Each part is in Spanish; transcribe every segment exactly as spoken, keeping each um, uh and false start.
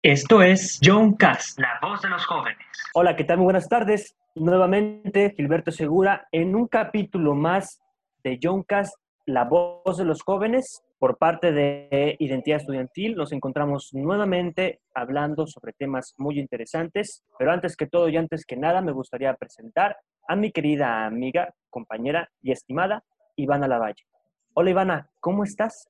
Esto es Joncast, la voz de los jóvenes. Hola, ¿qué tal? Muy buenas tardes. Nuevamente, Gilberto Segura, en un capítulo más de Joncast, la voz de los jóvenes, por parte de Identidad Estudiantil. Nos encontramos nuevamente hablando sobre temas muy interesantes, pero antes que todo y antes que nada, me gustaría presentar a mi querida amiga, compañera y estimada, Ivana Lavalle. Hola, Ivana, ¿cómo estás?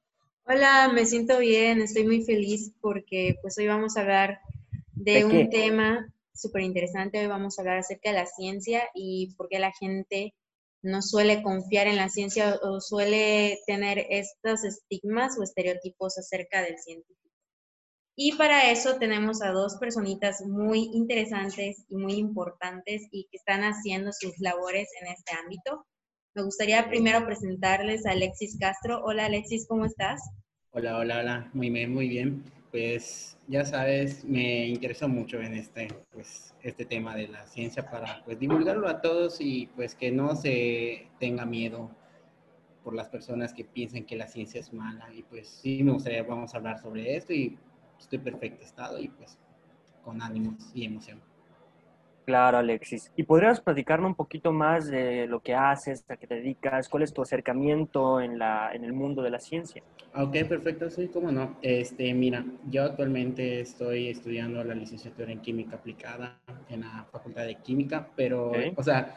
Hola, me siento bien, estoy muy feliz porque pues hoy vamos a hablar de ¿De un qué? tema súper interesante. Hoy vamos a hablar acerca de la ciencia y por qué la gente no suele confiar en la ciencia o suele tener estos estigmas o estereotipos acerca del científico. Y para eso tenemos a dos personitas muy interesantes y muy importantes y que están haciendo sus labores en este ámbito. Me gustaría primero presentarles a Alexis Castro. Hola Alexis, ¿cómo estás? Hola, hola, hola, muy bien, muy bien. Pues ya sabes, me interesó mucho en este, pues, este tema de la ciencia para pues divulgarlo a todos y pues que no se tenga miedo por las personas que piensen que la ciencia es mala. Y pues sí, me gustaría, vamos a hablar sobre esto y estoy en perfecto estado y pues con ánimos y emoción. Claro, Alexis. ¿Y podrías platicarnos un poquito más de lo que haces, a qué te dedicas, cuál es tu acercamiento en la, en el mundo de la ciencia? Ok, perfecto, sí, cómo no. Este, mira, yo actualmente estoy estudiando la licenciatura en Química Aplicada en la Facultad de Química, pero, Ok. o sea,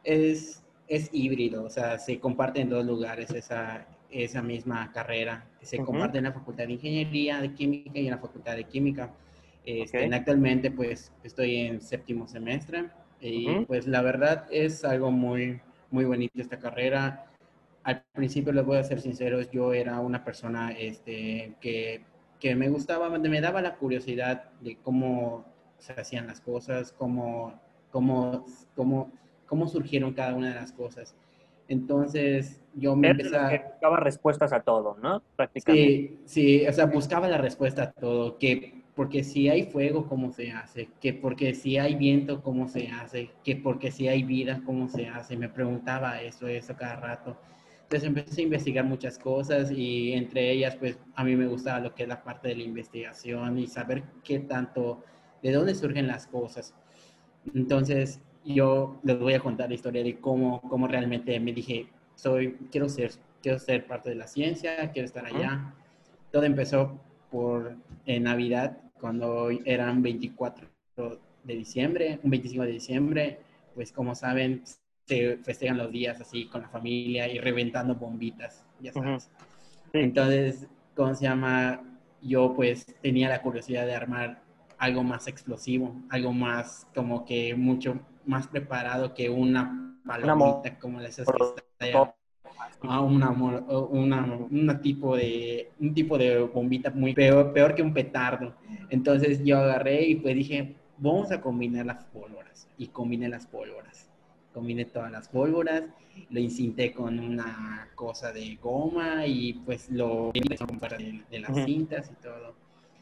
es, es híbrido, o sea, se comparte en dos lugares esa, esa misma carrera. Se Ujú. comparte en la Facultad de Ingeniería de Química y en la Facultad de Química. Ok. Este, actualmente, pues, estoy en séptimo semestre y, Ujú. pues, la verdad es algo muy, muy bonito esta carrera. Al principio, les voy a ser sinceros, yo era una persona este, que, que me gustaba, me daba la curiosidad de cómo se hacían las cosas, cómo, cómo, cómo, cómo surgieron cada una de las cosas. Entonces, yo me Eres de empecé los que a... buscaba respuestas a todo, ¿no? Prácticamente. Sí, sí, o sea, buscaba la respuesta a todo, que porque si hay fuego, ¿cómo se hace? Que porque si hay viento, ¿cómo se hace? Que porque si hay vida, ¿cómo se hace? Me preguntaba eso, eso cada rato. Entonces empecé a investigar muchas cosas y entre ellas, pues a mí me gustaba lo que es la parte de la investigación y saber qué tanto, de dónde surgen las cosas. Entonces yo les voy a contar la historia de cómo, cómo realmente me dije, soy, quiero ser, quiero ser parte de la ciencia, quiero estar Ujú. allá. Todo empezó por en Navidad, cuando eran veinticuatro de diciembre, un veinticinco de diciembre, pues como saben, se festejan los días así con la familia y reventando bombitas, ya Ujú. sabes. Sí. Entonces, ¿cómo se llama? Yo pues tenía la curiosidad de armar algo más explosivo, algo más como que mucho más preparado que una Una palomita como esas que molotov, estallan así. a una, una, una tipo de, un tipo de bombita muy peor, peor que un petardo. Entonces yo agarré y pues dije, vamos a combinar las pólvoras. Y combiné las pólvoras. Combiné todas las pólvoras, lo incinté con una cosa de goma y pues lo de, de las Ujú. cintas y todo.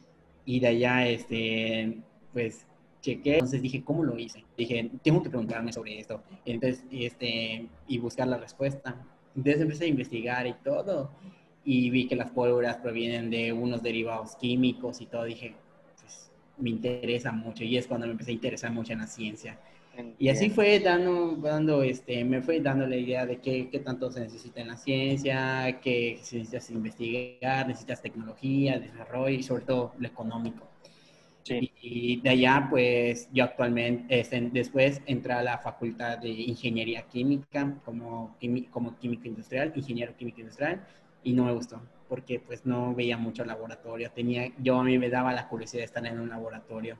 Y de allá, este, pues chequé, entonces dije, ¿cómo lo hice? Dije, tengo que preguntarme sobre esto. Entonces, este, y buscar la respuesta. Entonces empecé a investigar y todo, y vi que las pólvoras provienen de unos derivados químicos y todo. Dije, pues me interesa mucho, y es cuando me empecé a interesar mucho en la ciencia. Y así Entiendo. fue dando, dando este, me fue dando la idea de qué, qué tanto se necesita en la ciencia, qué necesitas investigar, necesitas tecnología, desarrollo y sobre todo lo económico. Sí. Y, y de allá, pues yo actualmente, este, después entré a la Facultad de Ingeniería Química como, quimi- como químico industrial, ingeniero químico industrial, y no me gustó, porque pues no veía mucho laboratorio. Tenía, yo a mí me daba la curiosidad de estar en un laboratorio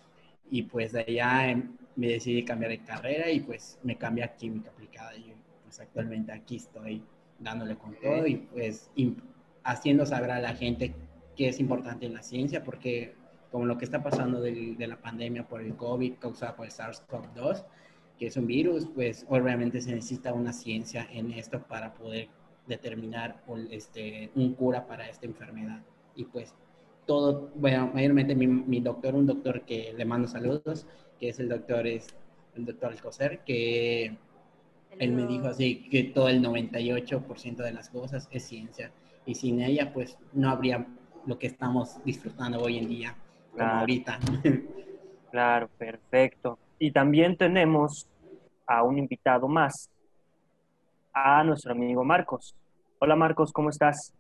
y pues de allá em, me decidí cambiar de carrera y pues me cambié a química aplicada y pues actualmente aquí estoy dándole con todo Ok. y pues haciendo saber a la gente que es importante en la ciencia porque como lo que está pasando de, de la pandemia por el COVID causada por el SARS-CoV dos, que es un virus, pues obviamente se necesita una ciencia en esto para poder determinar este, un cura para esta enfermedad. Y pues todo, bueno, mayormente mi, mi doctor, un doctor que le mando saludos, que es el doctor, es el doctor Alcocer, que él me dijo Saludos. así que todo el noventa y ocho por ciento de las cosas es ciencia y sin ella pues no habría lo que estamos disfrutando hoy en día. como Claro, ahorita. claro, perfecto. Y también tenemos a un invitado más, a nuestro amigo Marcos. Hola Marcos, ¿cómo estás?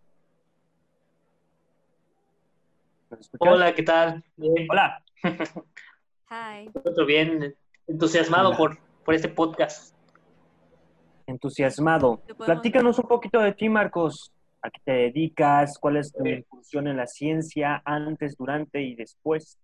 ¿Nos escuchas? Hola, ¿qué tal? Bien, Hola, Hi. todo bien, entusiasmado Hola. por, por este podcast. entusiasmado. ¿Qué podemos Platícanos hacer? un poquito de ti, Marcos. ¿A qué te dedicas? ¿Cuál es tu Eh, incursión en la ciencia antes, durante y después?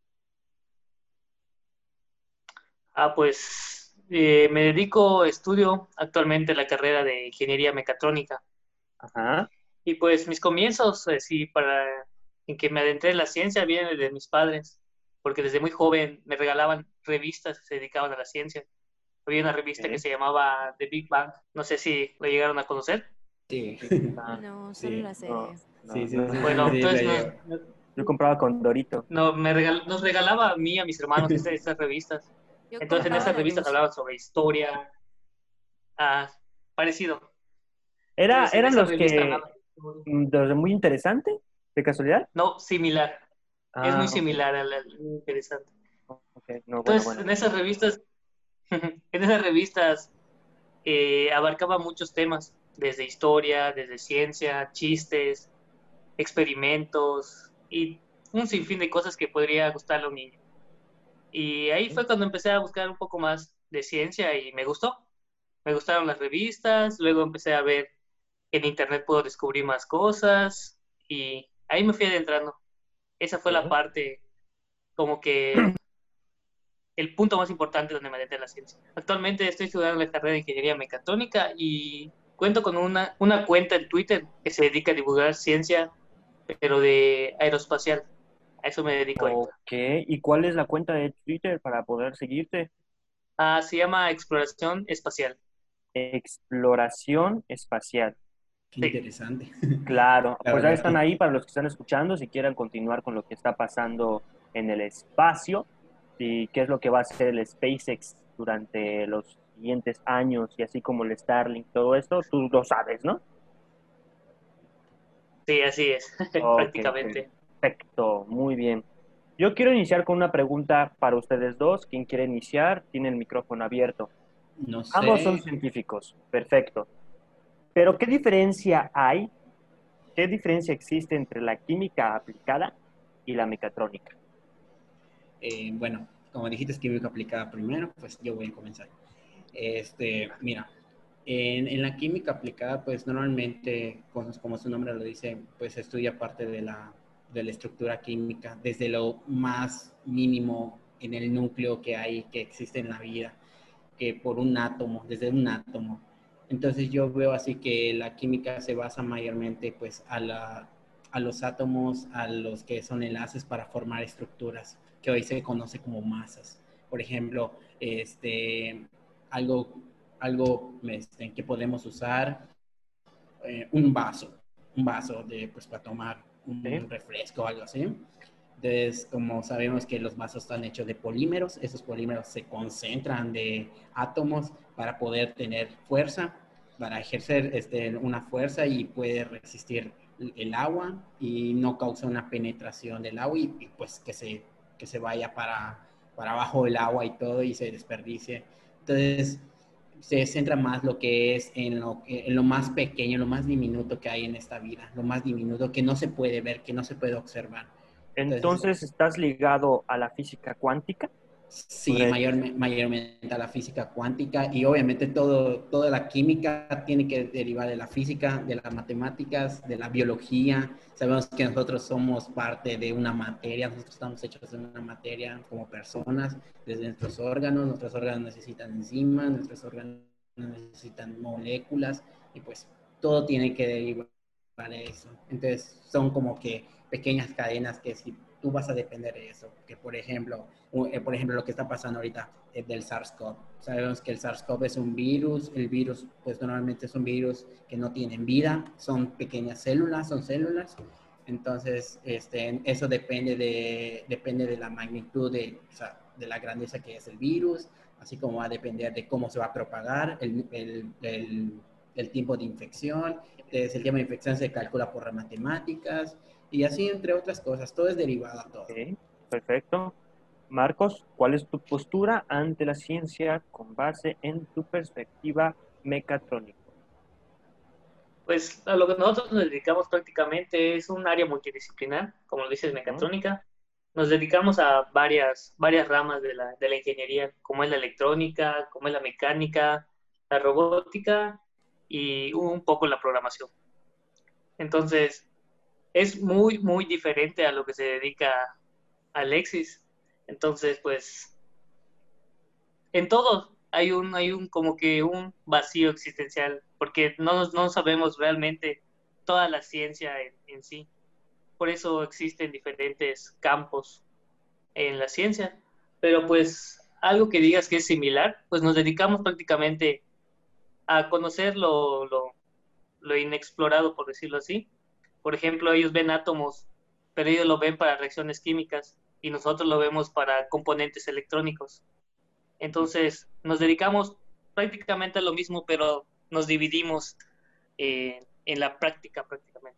ah, pues eh, me dedico, estudio actualmente la carrera de Ingeniería Mecatrónica. Ajá, Y pues mis comienzos, eh, sí, para en que me adentré en la ciencia vienen de mis padres, porque desde muy joven me regalaban revistas que se dedicaban a la ciencia. Había una revista que ok. se llamaba The Big Bang, no sé si lo llegaron a conocer. Sí. Ah, No, solo Sí, la no, serie. no, sí, sí, no. sí, sí, Bueno, sí, la entonces nos, llevo. Yo compraba con Dorito. no, me regal- nos regalaba a mí y a mis hermanos estas, estas revistas. Yo Entonces en compraba esas la revistas luz. hablaban sobre historia, ah, parecido. Era, Entonces en ¿eran esa los revista que, hablaba, mm, de- muy interesante, de casualidad? no, similar, es muy Ah, ok, similar a la, muy interesante. ok, no, bueno, Entonces bueno, en bueno. esas revistas, en esas revistas eh, abarcaba muchos temas, desde historia, desde ciencia, chistes, experimentos y un sinfín de cosas que podría gustarle a un niño. Y ahí fue cuando empecé a buscar un poco más de ciencia y me gustó. Me gustaron las revistas, luego empecé a ver en internet puedo descubrir más cosas y ahí me fui adentrando. Esa fue la Ok. parte, como que el punto más importante donde me adentré en la ciencia. Actualmente estoy estudiando la carrera de Ingeniería Mecatrónica y cuento con una, una cuenta en Twitter que se dedica a divulgar ciencia, pero de aeroespacial. A eso me dedico ahorita. Ok, ¿y cuál es la cuenta de Twitter para poder seguirte? Ah, se llama Exploración Espacial. Exploración espacial. Qué Sí, interesante. Claro, La pues ahí verdad están que ahí para los que están escuchando, si quieren continuar con lo que está pasando en el espacio y qué es lo que va a hacer el SpaceX durante los siguientes años y así como el Starlink, todo esto, tú lo sabes, ¿no? sí, así es, Ok, prácticamente. perfecto, muy bien. Yo quiero iniciar con una pregunta para ustedes dos. ¿Quién quiere iniciar? Tiene el micrófono abierto. no Ambos son sé. científicos, perfecto. Pero ¿qué diferencia hay? ¿Qué diferencia existe entre la química aplicada y la mecatrónica? Eh, bueno, como dijiste, química aplicada primero, pues yo voy a comenzar. Este, mira, en, en la química aplicada, pues normalmente, como, como su nombre lo dice, pues se estudia parte de la, de la estructura química, desde lo más mínimo en el núcleo que hay, que existe en la vida, que por un átomo, desde un átomo. Entonces yo veo así que la química se basa mayormente pues a, la, a los átomos, a los que son enlaces para formar estructuras, que hoy se conoce como masas. Por ejemplo, este, algo, algo este, que podemos usar, eh, un vaso, un vaso de, pues, para tomar ¿Sí? un refresco o algo así. Entonces, como sabemos que los vasos están hechos de polímeros, esos polímeros se concentran de átomos para poder tener fuerza, para ejercer este, una fuerza y puede resistir el agua y no causa una penetración del agua y, y pues que se, que se vaya para, para abajo del agua y todo y se desperdicie. Entonces, se centra más lo que es en lo, en lo más pequeño, lo más diminuto que hay en esta vida, lo más diminuto que no se puede ver, que no se puede observar. Entonces, Entonces, ¿estás ligado a la física cuántica? sí, ¿Podría mayor, decirse? mayormente a la física cuántica y obviamente todo, toda la química tiene que derivar de la física, de las matemáticas, de la biología. Sabemos que nosotros somos parte de una materia, nosotros estamos hechos de una materia como personas, desde nuestros órganos, nuestros órganos necesitan enzimas, nuestros órganos necesitan moléculas y pues todo tiene que derivar de eso. Entonces son como que pequeñas cadenas que si tú vas a depender de eso, que por ejemplo, eh, por ejemplo, lo que está pasando ahorita es del SARS-CoV. Sabemos que el SARS-CoV es un virus, el virus pues normalmente es un virus que no tienen vida, son pequeñas células, son células, entonces este, eso depende de, depende de la magnitud de, o sea, de la grandeza que es el virus, así como va a depender de cómo se va a propagar, el, el, el, el tiempo de infección, entonces el tiempo de infección se calcula por las matemáticas, y así entre otras cosas, todo es derivado a todo. Ok. Perfecto. Marcos, ¿cuál es tu postura ante la ciencia con base en tu perspectiva mecatrónica? Pues a lo que nosotros nos dedicamos prácticamente es un área multidisciplinar, como lo dices, ¿No? mecatrónica. Nos dedicamos a varias, varias ramas de la, de la ingeniería, como es la electrónica, como es la mecánica, la robótica y un poco la programación. Entonces, es muy, muy diferente a lo que se dedica Alexis. Entonces, pues, en todo hay un, hay un como que un vacío existencial, porque no, no sabemos realmente toda la ciencia en, en sí. Por eso existen diferentes campos en la ciencia. Pero pues algo que digas que es similar, pues nos dedicamos prácticamente a conocer lo, lo, lo inexplorado, por decirlo así. Por ejemplo, ellos ven átomos, pero ellos lo ven para reacciones químicas y nosotros lo vemos para componentes electrónicos. Entonces, nos dedicamos prácticamente a lo mismo, pero nos dividimos eh, en la práctica prácticamente.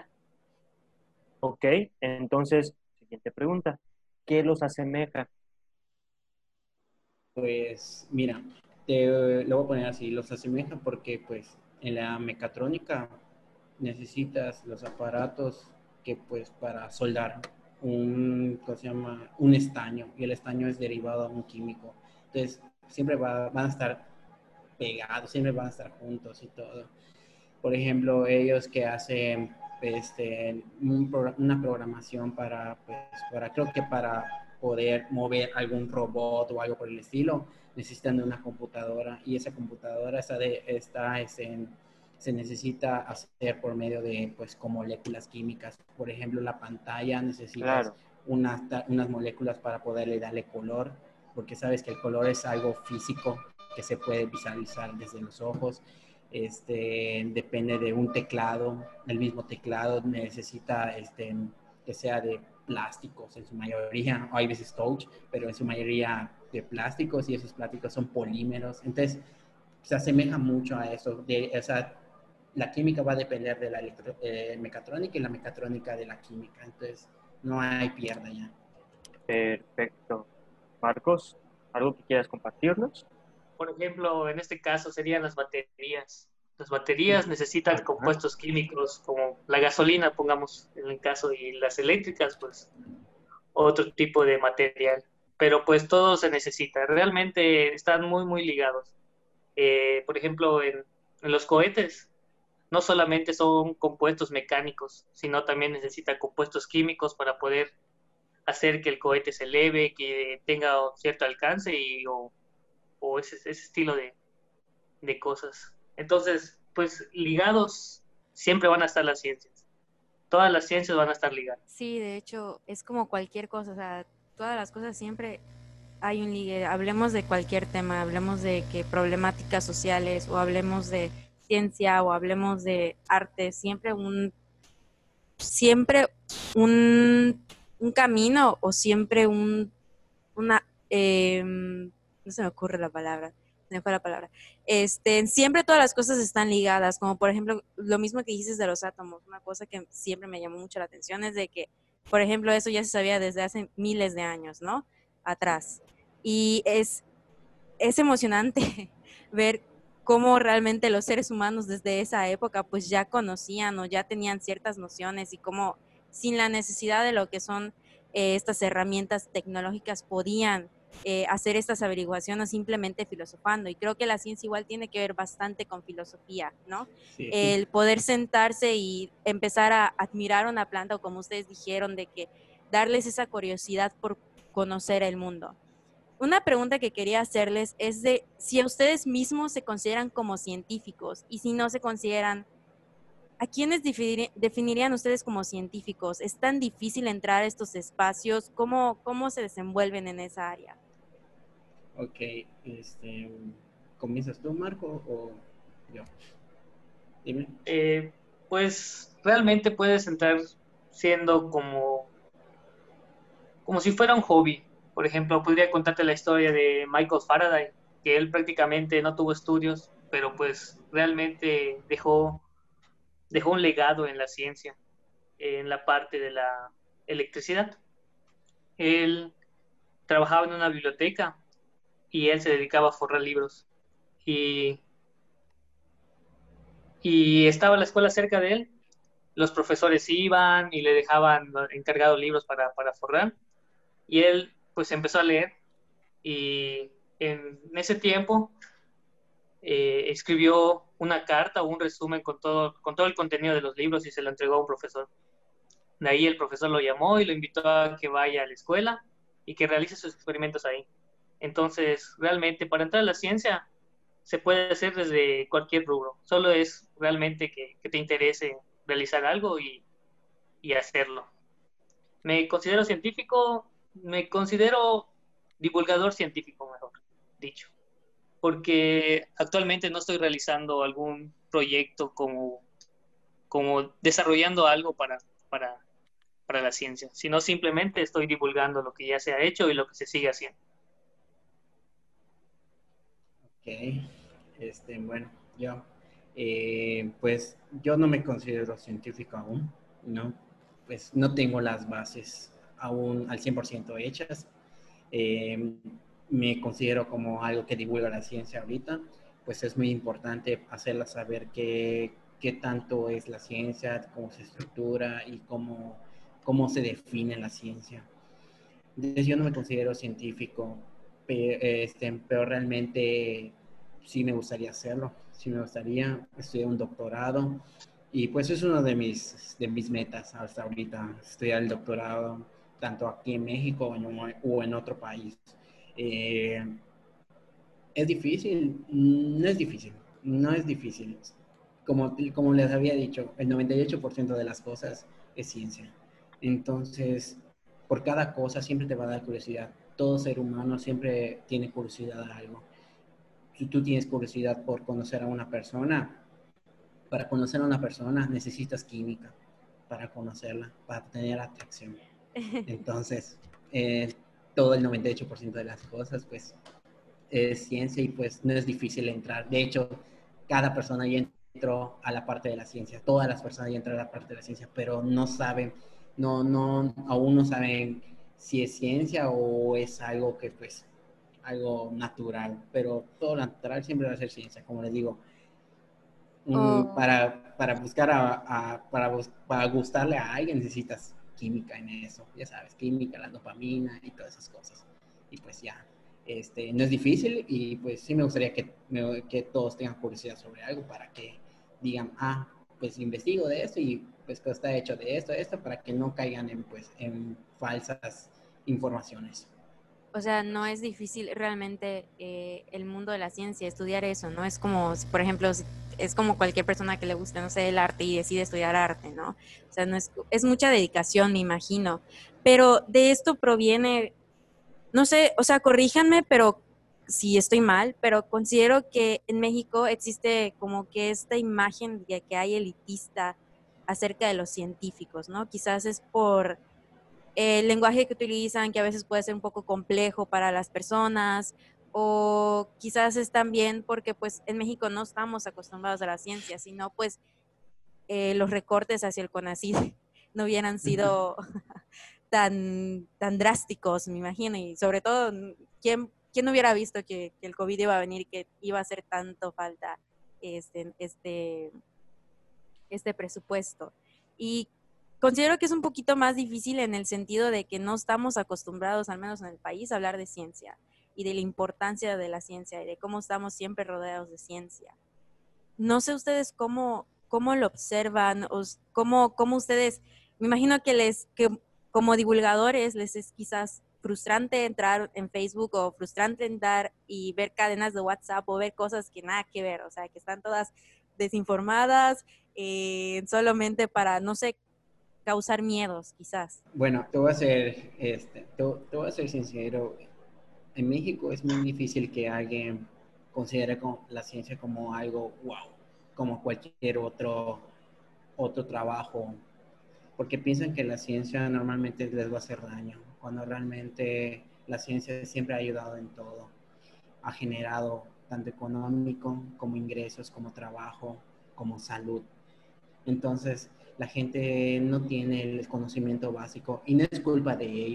Ok, entonces, siguiente pregunta. ¿Qué los asemeja? Pues mira, te lo voy a poner así, los asemeja porque pues en la mecatrónica necesitas los aparatos que pues para soldar un, ¿cómo se llama? Un estaño, y el estaño es derivado a un químico. Entonces siempre va, van a estar pegados, siempre van a estar juntos y todo. Por ejemplo, ellos que hacen este, un pro, una programación para, pues, para, creo que para poder mover algún robot o algo por el estilo, necesitan de una computadora, y esa computadora está, de, está es en, se necesita hacer por medio de, pues, con moléculas químicas. Por ejemplo, la pantalla necesitas Claro, unas, unas moléculas para poderle darle color, porque sabes que el color es algo físico que se puede visualizar desde los ojos. Este, depende de un teclado, el mismo teclado necesita este, que sea de plásticos en su mayoría, o hay veces touch, pero en su mayoría de plásticos, y esos plásticos son polímeros. Entonces se asemeja mucho a eso, de, o sea, la química va a depender de la electro, eh, mecatrónica, y la mecatrónica de la química. Entonces no hay pierda ya. perfecto. Marcos, ¿algo que quieras compartirnos? Por ejemplo, en este caso serían las baterías. Las baterías necesitan Ajá. compuestos químicos como la gasolina, pongamos en el caso, y las eléctricas, pues otro tipo de material. Pero pues todo se necesita. Realmente están muy, muy ligados. Eh, por ejemplo, en, en los cohetes no solamente son compuestos mecánicos, sino también necesita compuestos químicos para poder hacer que el cohete se eleve, que tenga cierto alcance y, o, o ese, ese estilo de, de cosas. Entonces, pues ligados siempre van a estar las ciencias. Todas las ciencias van a estar ligadas. Sí, de hecho, es como cualquier cosa, o sea, todas las cosas siempre hay un ligue. Hablemos de cualquier tema, hablemos de que problemáticas sociales, o hablemos de ciencia, o hablemos de arte, siempre un, siempre un, un camino, o siempre un, una, eh, no se me ocurre la palabra, se me fue la palabra. Este, siempre todas las cosas están ligadas, como por ejemplo, lo mismo que dices de los átomos. Una cosa que siempre me llamó mucho la atención es de que, por ejemplo, eso ya se sabía desde hace miles de años, ¿no? Atrás. Y es, es emocionante ver cómo realmente los seres humanos desde esa época pues ya conocían o ya tenían ciertas nociones, y cómo sin la necesidad de lo que son eh, estas herramientas tecnológicas podían eh, hacer estas averiguaciones simplemente filosofando. Y creo que la ciencia igual tiene que ver bastante con filosofía, ¿no? Sí. El poder sentarse y empezar a admirar una planta, o como ustedes dijeron, de que darles esa curiosidad por conocer el mundo. Una pregunta que quería hacerles es de si a ustedes mismos se consideran como científicos, y si no se consideran, ¿a quiénes definir, definirían ustedes como científicos? ¿Es tan difícil entrar a estos espacios? ¿Cómo, cómo se desenvuelven en esa área? Ok, este, ¿comienzas tú, Marco, o yo? Dime. Eh, pues realmente puedes entrar siendo como, como si fuera un hobby. Por ejemplo, podría contarte la historia de Michael Faraday, que él prácticamente no tuvo estudios, pero pues realmente dejó, dejó un legado en la ciencia, en la parte de la electricidad. Él trabajaba en una biblioteca y él se dedicaba a forrar libros. Y, y estaba la escuela cerca de él. Los profesores iban y le dejaban encargados libros para, para forrar. Y él pues empezó a leer y en ese tiempo eh, escribió una carta o un resumen con todo, con todo el contenido de los libros y se lo entregó a un profesor. De ahí el profesor lo llamó y lo invitó a que vaya a la escuela y que realice sus experimentos ahí. Entonces, realmente para entrar a la ciencia se puede hacer desde cualquier rubro. Solo es realmente que, que te interese realizar algo y, y hacerlo. Me considero científico, me considero divulgador científico, mejor dicho, porque actualmente no estoy realizando algún proyecto como, como desarrollando algo para, para, para la ciencia, sino simplemente estoy divulgando lo que ya se ha hecho y lo que se sigue haciendo. Ok, este, bueno, yo, eh, pues yo no me considero científico aún, ¿no? Pues no tengo las bases aún al cien por ciento hechas. Eh, me considero como algo que divulga la ciencia ahorita, pues es muy importante hacerla saber qué, qué tanto es la ciencia, cómo se estructura y cómo, cómo se define la ciencia. Entonces, yo no me considero científico, pero, este, pero realmente sí me gustaría hacerlo, sí me gustaría estudiar un doctorado y pues es una de mis, de mis metas hasta ahorita, estudiar el doctorado tanto aquí en México o en, o en otro país. Eh, es difícil, no es difícil, no es difícil. Como, como les había dicho, el noventa y ocho por ciento de las cosas es ciencia. Entonces, por cada cosa siempre te va a dar curiosidad. Todo ser humano siempre tiene curiosidad a algo. Si tú tienes curiosidad por conocer a una persona, para conocer a una persona necesitas química para conocerla, para tener atracción. Entonces, eh, todo el noventa y ocho por ciento de las cosas, pues, es ciencia y pues no es difícil entrar. De hecho, cada persona ya entró a la parte de la ciencia, todas las personas ya entran a la parte de la ciencia, pero no saben, no, no, aún no saben si es ciencia o es algo que pues, algo natural, pero todo lo natural siempre va a ser ciencia, como les digo. Um, O, para, para buscar a, a para, bus, para gustarle a alguien necesitas química en eso, ya sabes, química, la dopamina y todas esas cosas. Y pues ya, este, no es difícil y pues sí me gustaría que, me, que todos tengan curiosidad sobre algo para que digan, ah, pues investigo de esto y pues que está hecho de esto, esto, para que no caigan en, pues, en falsas informaciones. o sea, no es difícil realmente eh, el mundo de la ciencia, estudiar eso, ¿no? Es como, si, por ejemplo, si, es como cualquier persona que le guste, no sé, el arte y decide estudiar arte, ¿no? O sea, no es, es mucha dedicación, me imagino. Pero de esto proviene, no sé, o sea, corríjanme, pero si estoy mal, pero considero que en México existe como que esta imagen de que hay elitista acerca de los científicos, ¿no? Quizás es por el lenguaje que utilizan, que a veces puede ser un poco complejo para las personas, o quizás es también porque pues en México no estamos acostumbrados a la ciencia, sino pues eh, los recortes hacia el CONACYT no hubieran sido tan, tan drásticos, me imagino, y sobre todo, ¿quién, quién hubiera visto que, que el COVID iba a venir y que iba a hacer tanto falta este, este, este presupuesto? Y considero que es un poquito más difícil en el sentido de que no estamos acostumbrados, al menos en el país, a hablar de ciencia y de la importancia de la ciencia y de cómo estamos siempre rodeados de ciencia. No sé ustedes cómo, cómo lo observan, o cómo, cómo ustedes, me imagino que les, que como divulgadores les es quizás frustrante entrar en Facebook o frustrante entrar y ver cadenas de WhatsApp o ver cosas que nada que ver, o sea, que están todas desinformadas, eh, solamente para, no sé, causar miedos, quizás. Bueno, te voy a ser, este, te, te voy a ser sincero. En México es muy difícil que alguien considere la ciencia como algo wow, como cualquier otro, otro trabajo, porque piensan que la ciencia normalmente les va a hacer daño, cuando realmente la ciencia siempre ha ayudado en todo, ha generado tanto económico como ingresos, como trabajo, como salud. Entonces, la gente no tiene el conocimiento básico y no es culpa de ellos,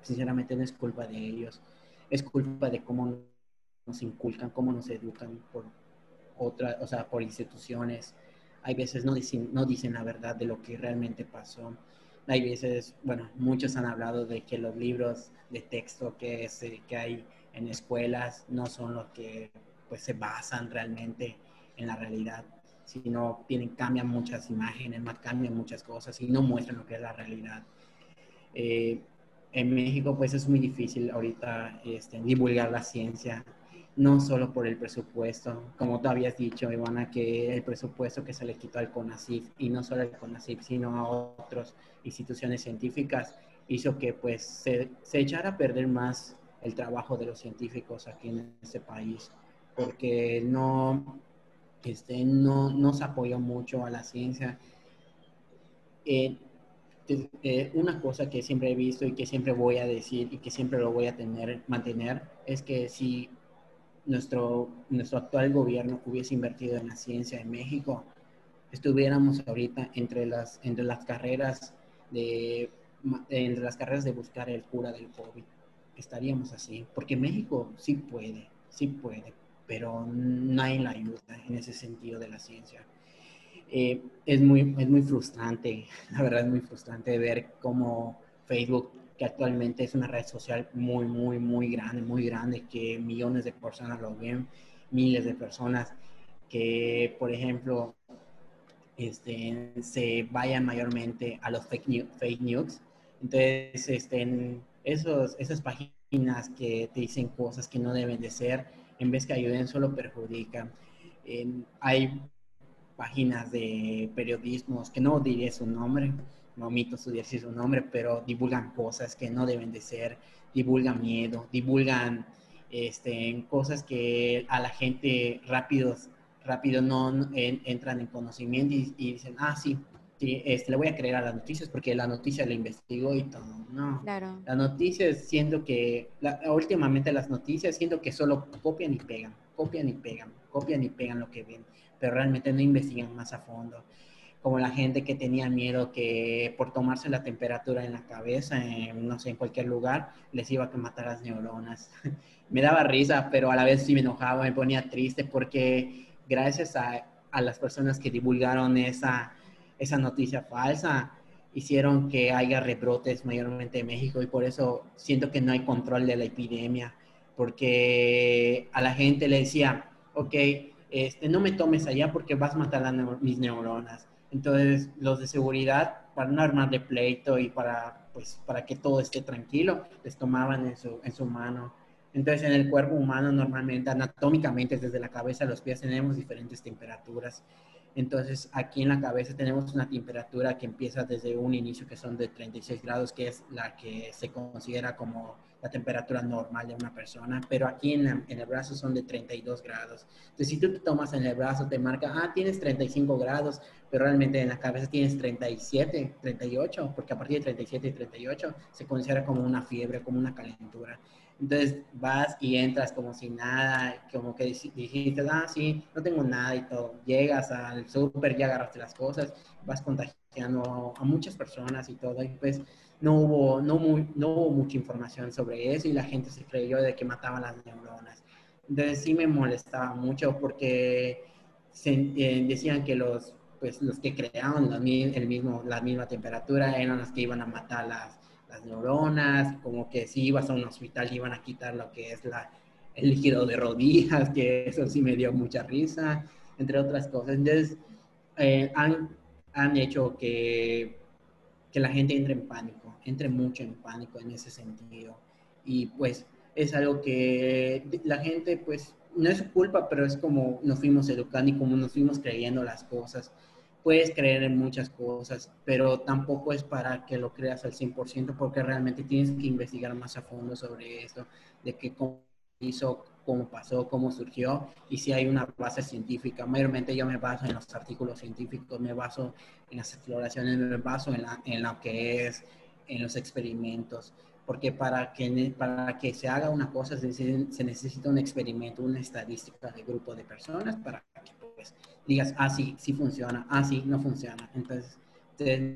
sinceramente no es culpa de ellos, es culpa de cómo nos inculcan, cómo nos educan por otra, o sea, por instituciones. Hay veces no dicen, no dicen la verdad de lo que realmente pasó. Hay veces, bueno, muchos han hablado de que los libros de texto que, es, que hay en escuelas no son los que pues se basan realmente en la realidad, sino tienen, cambian muchas imágenes, cambian muchas cosas y no muestran lo que es la realidad. Eh, en México pues es muy difícil ahorita este, divulgar la ciencia, no solo por el presupuesto, como tú habías dicho, Ivana, que el presupuesto que se le quitó al CONACYT, y no solo al CONACYT, sino a otras instituciones científicas, hizo que pues se, se echara a perder más el trabajo de los científicos aquí en este país, porque no, este, no, no se apoyó mucho a la ciencia. Eh, Eh, una cosa que siempre he visto y que siempre voy a decir y que siempre lo voy a tener, mantener es que si nuestro, nuestro actual gobierno hubiese invertido en la ciencia en México, estuviéramos ahorita entre las, entre las carreras de entre las carreras de buscar el cura del COVID. Estaríamos así, porque México sí puede, sí puede, pero nadie la ayuda en ese sentido de la ciencia. Eh, es, muy, es muy frustrante, la verdad es muy frustrante ver cómo Facebook, que actualmente es una red social muy, muy, muy grande, muy grande, que millones de personas lo ven, miles de personas, que, por ejemplo, este, se vayan mayormente a los fake, new, fake news. Entonces, este, esos, esas páginas que te dicen cosas que no deben de ser, en vez que ayuden, solo perjudican. Eh, hay páginas de periodismos, que no diré su nombre, no omito su decir su nombre, pero divulgan cosas que no deben de ser, divulgan miedo, divulgan este, cosas que a la gente rápido, rápido no, no en, entran en conocimiento y, y dicen, ah, sí, sí este, le voy a creer a las noticias porque la noticia la investigó y todo. No, Claro. las noticias siento que, la, últimamente las noticias siento que solo copian y pegan, copian y pegan, copian y pegan lo que ven, pero realmente no investigan más a fondo. Como la gente que tenía miedo que por tomarse la temperatura en la cabeza, en, no sé, en cualquier lugar, les iba a matar las neuronas. Me daba risa, pero a la vez sí me enojaba, me ponía triste, porque gracias a, a las personas que divulgaron esa, esa noticia falsa, hicieron que haya rebrotes mayormente en México, y por eso siento que no hay control de la epidemia, porque a la gente le decía, ok, este, no me tomes allá porque vas a matar a neur mis neuronas. Entonces, los de seguridad, para no armar de pleito y para, pues, para que todo esté tranquilo, les tomaban en su, en su mano. Entonces, en el cuerpo humano, normalmente, anatómicamente, desde la cabeza a los pies, tenemos diferentes temperaturas. Entonces, aquí en la cabeza tenemos una temperatura que empieza desde un inicio que son de treinta y seis grados, que es la que se considera como la temperatura normal de una persona, pero aquí en, la, en el brazo son de treinta y dos grados. Entonces, si tú te tomas en el brazo, te marca, ah, tienes treinta y cinco grados, pero realmente en la cabeza tienes treinta y siete, treinta y ocho, porque a partir de treinta y siete y treinta y ocho se considera como una fiebre, como una calentura. Entonces vas y entras como si nada, como que dijiste, ah, sí, no tengo nada y todo. Llegas al súper, ya agarraste las cosas, vas contagiando a muchas personas y todo, y pues no hubo, no, muy, no hubo mucha información sobre eso y la gente se creyó de que mataban las neuronas. Entonces sí me molestaba mucho porque se, eh, decían que los, pues, los que creaban la, el mismo, la misma temperatura eran los que iban a matar las, las neuronas, como que si ibas a un hospital iban a quitar lo que es la, el líquido de rodillas, que eso sí me dio mucha risa, entre otras cosas. Entonces eh, han, han hecho que que la gente entre en pánico, entre mucho en pánico en ese sentido. Y pues es algo que la gente, pues, no es su culpa, pero es como nos fuimos educando y como nos fuimos creyendo las cosas. Puedes creer en muchas cosas, pero tampoco es para que lo creas al cien por ciento, porque realmente tienes que investigar más a fondo sobre esto, de qué cómo hizo, cómo pasó, cómo surgió, y si hay una base científica. Mayormente yo me baso en los artículos científicos, me baso en las exploraciones, me baso en, la, en lo que es, en los experimentos, porque para que, para que se haga una cosa se, se necesita un experimento, una estadística de grupo de personas para que pues, digas, ah, sí, sí funciona, ah, sí, no funciona. Entonces, entonces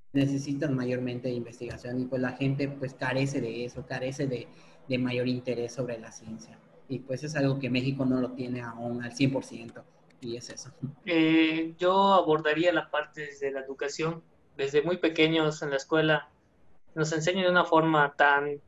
necesitan mayormente investigación y pues la gente pues carece de eso, carece de, de mayor interés sobre la ciencia. Y pues es algo que México no lo tiene aún al cien por ciento y es eso. Eh, yo abordaría la parte desde la educación. Desde muy pequeños en la escuela nos enseñan de una forma tan,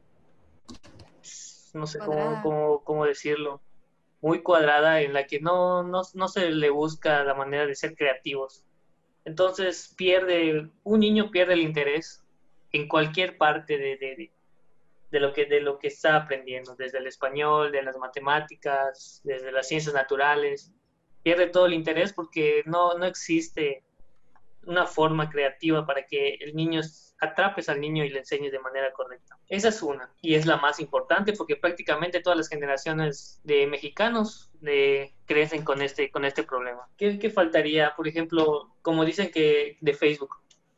no sé cómo, Cuadrada. cómo, cómo decirlo, muy cuadrada en la que no, no, no se le busca la manera de ser creativos. Entonces pierde, un niño pierde el interés en cualquier parte de, de, de, lo que, de lo que está aprendiendo, desde el español, de las matemáticas, desde las ciencias naturales. Pierde todo el interés porque no, no existe una forma creativa para que el niño atrapes al niño y le enseñes de manera correcta. Esa es una, y es la más importante porque prácticamente todas las generaciones de mexicanos de, crecen con este, con este problema. ¿Qué, ¿Qué faltaría? Por ejemplo, como dicen que de Facebook.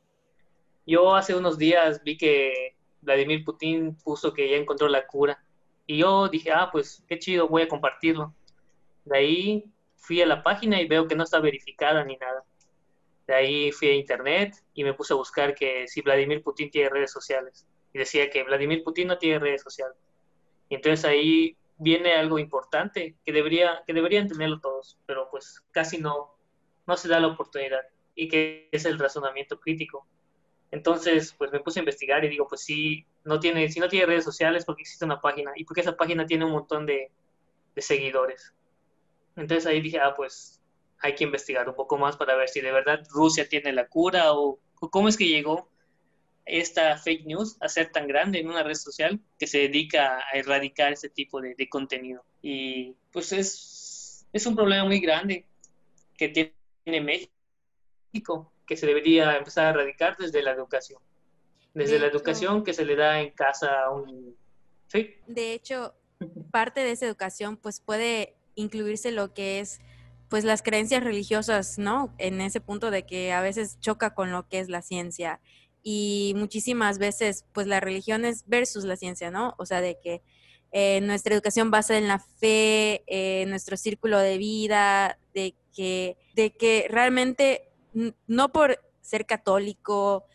Yo hace unos días vi que Vladimir Putin puso que ya encontró la cura. Y yo dije, ah, pues qué chido, voy a compartirlo. De ahí fui a la página y veo que no está verificada ni nada. De ahí fui a internet y me puse a buscar que si Vladimir Putin tiene redes sociales. Y decía que Vladimir Putin no tiene redes sociales. Y entonces ahí viene algo importante que, debería, que deberían tenerlo todos, pero pues casi no, no se da la oportunidad. Y que es el razonamiento crítico. Entonces, pues me puse a investigar y digo, pues sí, no tiene, si no tiene redes sociales, porque existe una página y porque esa página tiene un montón de, de seguidores. Entonces ahí dije, ah, pues hay que investigar un poco más para ver si de verdad Rusia tiene la cura o, o cómo es que llegó esta fake news a ser tan grande en una red social que se dedica a erradicar este tipo de, de contenido. Y pues es, es un problema muy grande que tiene México, que se debería empezar a erradicar desde la educación. Desde De la hecho, educación que se le da en casa a un niño. ¿Sí? de hecho, parte de esa educación pues puede incluirse lo que es pues las creencias religiosas, ¿no? En ese punto de que a veces choca con lo que es la ciencia y muchísimas veces pues la religión es versus la ciencia, ¿no? O sea, de que eh, nuestra educación basa en la fe, eh, nuestro círculo de vida, de que, de que realmente n- no por ser católico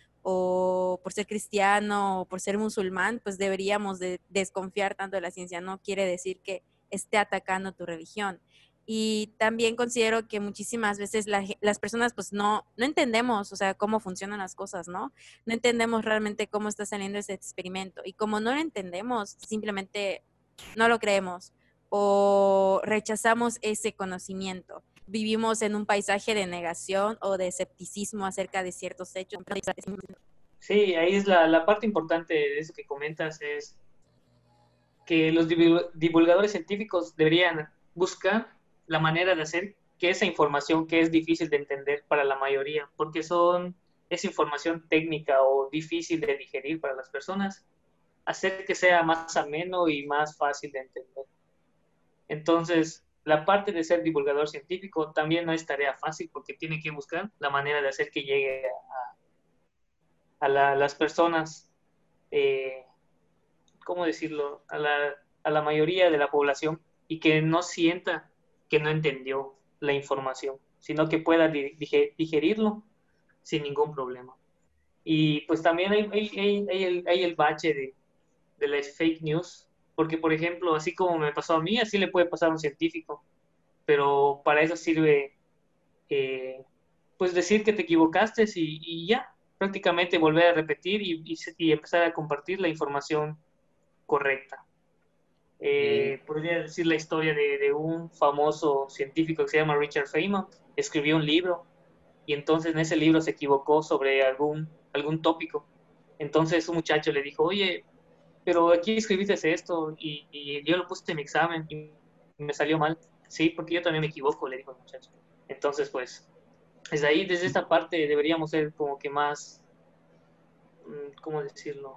o por ser cristiano o por ser musulmán, pues deberíamos de desconfiar tanto de la ciencia. No quiere decir que esté atacando tu religión. Y también considero que muchísimas veces la, las personas pues no, no entendemos, o sea, cómo funcionan las cosas, ¿no? No entendemos realmente cómo está saliendo ese experimento. Y como no lo entendemos, simplemente no lo creemos o rechazamos ese conocimiento. Vivimos en un paisaje de negación o de escepticismo acerca de ciertos hechos. Sí, ahí es la, la parte importante de eso que comentas, es que los divulgadores científicos deberían buscar la manera de hacer que esa información que es difícil de entender para la mayoría, porque son es información técnica o difícil de digerir para las personas, hacer que sea más ameno y más fácil de entender. Entonces, la parte de ser divulgador científico también no es tarea fácil porque tiene que buscar la manera de hacer que llegue a, a la, las personas, eh, ¿cómo decirlo?, a la, a la mayoría de la población y que no sienta que no entendió la información, sino que pueda digerirlo sin ningún problema. Y pues también hay, hay, hay, hay el, hay el bache de, de las fake news, porque por ejemplo, así como me pasó a mí, así le puede pasar a un científico, pero para eso sirve eh, pues decir que te equivocaste y, y ya, prácticamente volver a repetir y, y, y empezar a compartir la información correcta. Y Eh, podría decir la historia de, de, un famoso científico que se llama Richard Feynman. Escribió un libro y entonces en ese libro se equivocó sobre algún, algún tópico. Entonces un muchacho le dijo, oye, pero aquí escribiste esto y, y yo lo puse en mi examen y me salió mal. Sí, porque yo también me equivoco, le dijo el muchacho. Entonces, pues, desde ahí, desde esta parte deberíamos ser como que más, ¿cómo decirlo?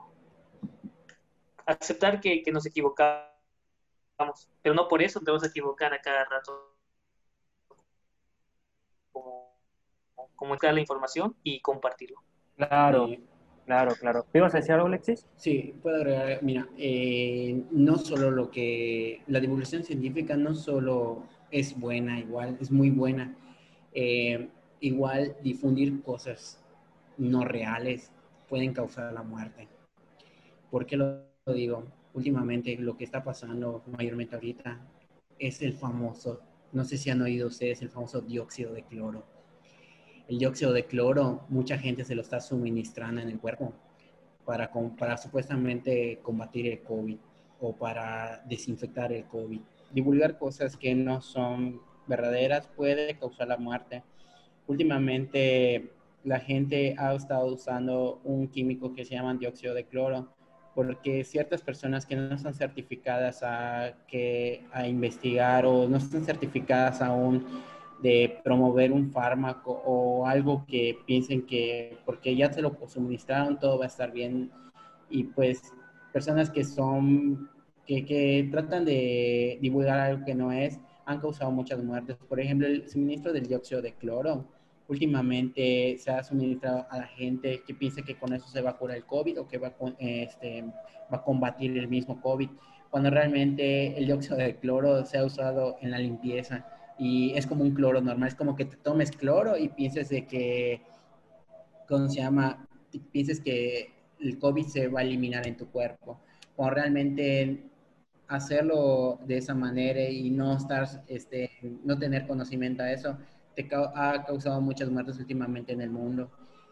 Aceptar que, que nos equivocamos, pero no por eso te vas a equivocar a cada rato, como comunicar la información y compartirlo. Claro, sí, claro, claro. ¿Me ibas a decir algo, Alexis? sí, puedo agregar, mira, eh, no solo lo que, la divulgación científica no solo es buena, igual, es muy buena, eh, igual difundir cosas no reales pueden causar la muerte. ¿Por qué lo digo? Últimamente lo que está pasando mayormente ahorita es el famoso, no sé si han oído ustedes, el famoso dióxido de cloro. El dióxido de cloro, mucha gente se lo está suministrando en el cuerpo para, para supuestamente combatir el COVID o para desinfectar el COVID. Divulgar cosas que no son verdaderas puede causar la muerte. Últimamente la gente ha estado usando un químico que se llama dióxido de cloro porque ciertas personas que no están certificadas a, que, a investigar o no están certificadas aún de promover un fármaco o algo que piensen que porque ya se lo suministraron todo va a estar bien, y pues personas que son que, que tratan de divulgar algo que no es, han causado muchas muertes. Por ejemplo, el suministro del dióxido de cloro últimamente se ha suministrado a la gente que piensa que con eso se va a curar el COVID o que va a, este, va a combatir el mismo COVID, cuando realmente el dióxido de cloro se ha usado en la limpieza y es como un cloro normal. Es como que te tomes cloro y pienses de que, ¿cómo se llama? Pienses que el COVID se va a eliminar en tu cuerpo, cuando realmente hacerlo de esa manera y no estar, este, no tener conocimiento a eso, te ca ha causado muchas muertes últimamente en el mundo.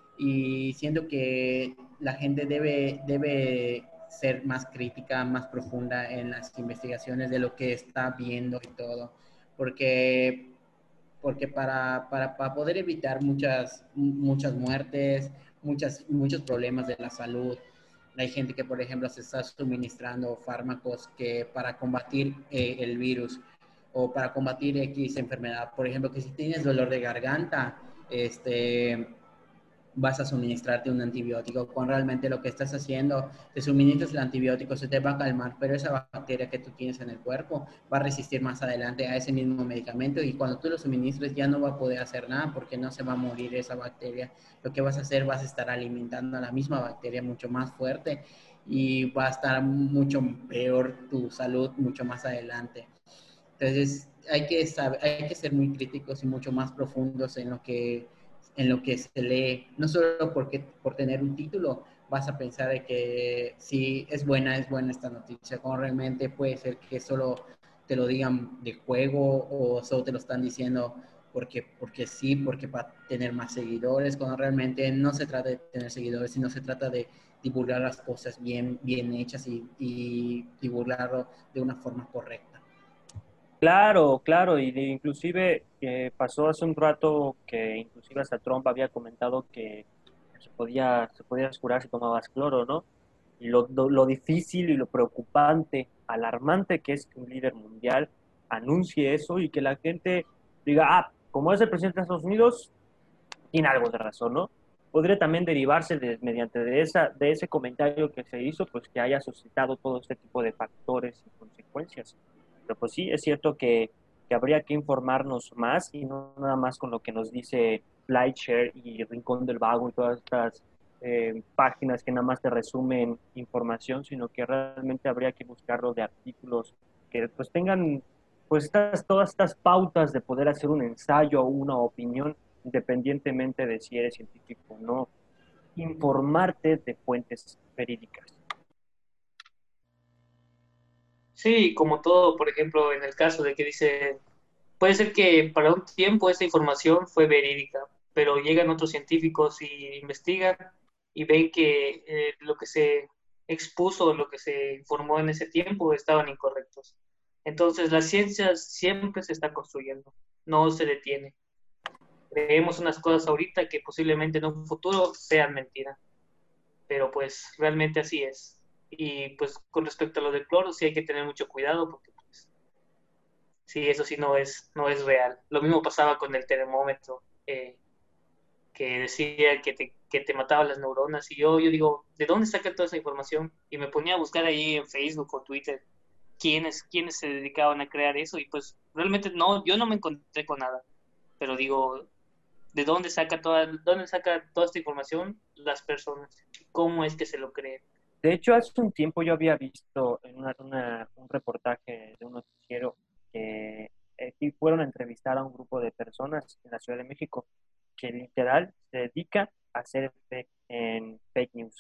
Y siento que la gente debe, debe ser más crítica, más profunda en las investigaciones de lo que está viendo y todo, porque, porque para, para, para poder evitar muchas, muchas muertes, muchas, muchos problemas de la salud, hay gente que, por ejemplo, se está suministrando fármacos que para combatir eh, el virus o para combatir X enfermedad. Por ejemplo, que si tienes dolor de garganta, este, vas a suministrarte un antibiótico, cuando realmente lo que estás haciendo, te suministras el antibiótico, se te va a calmar, pero esa bacteria que tú tienes en el cuerpo va a resistir más adelante a ese mismo medicamento y cuando tú lo suministres ya no va a poder hacer nada porque no se va a morir esa bacteria. Lo que vas a hacer, vas a estar alimentando a la misma bacteria mucho más fuerte y va a estar mucho peor tu salud mucho más adelante. Entonces hay que, saber, hay que ser muy críticos y mucho más profundos en lo que en lo que se lee, no solo porque por tener un título vas a pensar de que si es buena, es buena esta noticia, como realmente puede ser que solo te lo digan de juego o solo te lo están diciendo porque, porque sí, porque para tener más seguidores, cuando realmente no se trata de tener seguidores, sino se trata de divulgar las cosas bien, bien hechas y, y divulgarlo de una forma correcta. Claro, claro, y de- inclusive eh, pasó hace un rato que inclusive hasta Trump había comentado que se podía, se podía curar si tomabas cloro, ¿no? Y lo, lo, lo difícil y lo preocupante, alarmante que es que un líder mundial anuncie eso y que la gente diga, ah, como es el presidente de Estados Unidos, tiene algo de razón, ¿no? Podría también derivarse de, mediante de, esa, de ese comentario que se hizo, pues que haya suscitado todo este tipo de factores y consecuencias. Pero pues sí, es cierto que, que habría que informarnos más y no nada más con lo que nos dice Lightshare y Rincón del Vago y todas estas eh, páginas que nada más te resumen información, sino que realmente habría que buscarlo de artículos que pues tengan pues estas, todas estas pautas de poder hacer un ensayo o una opinión independientemente de si eres científico o no, informarte de fuentes verídicas. Sí, como todo, por ejemplo, en el caso de que dice, puede ser que para un tiempo esa información fue verídica, pero llegan otros científicos y investigan y ven que eh, lo que se expuso, lo que se informó en ese tiempo estaban incorrectos. Entonces, la ciencia siempre se está construyendo, no se detiene. Creemos unas cosas ahorita que posiblemente en un futuro sean mentiras, pero pues realmente así es. Y pues con respecto a lo del cloro, sí hay que tener mucho cuidado porque pues, sí, eso sí no es, no es real. Lo mismo pasaba con el termómetro, eh, que decía que te, que te mataba las neuronas. Y yo, yo digo, ¿de dónde saca toda esa información? Y me ponía a buscar ahí en Facebook o Twitter quiénes, quiénes se dedicaban a crear eso. Y pues realmente no, yo no me encontré con nada. Pero digo, ¿de dónde saca toda, dónde saca toda esta información las personas? ¿Cómo es que se lo creen? De hecho, hace un tiempo yo había visto en una, una- un reportaje de un noticiero que eh, sí fueron a entrevistar a un grupo de personas en la Ciudad de México que literal se dedica a hacer fake, en fake news.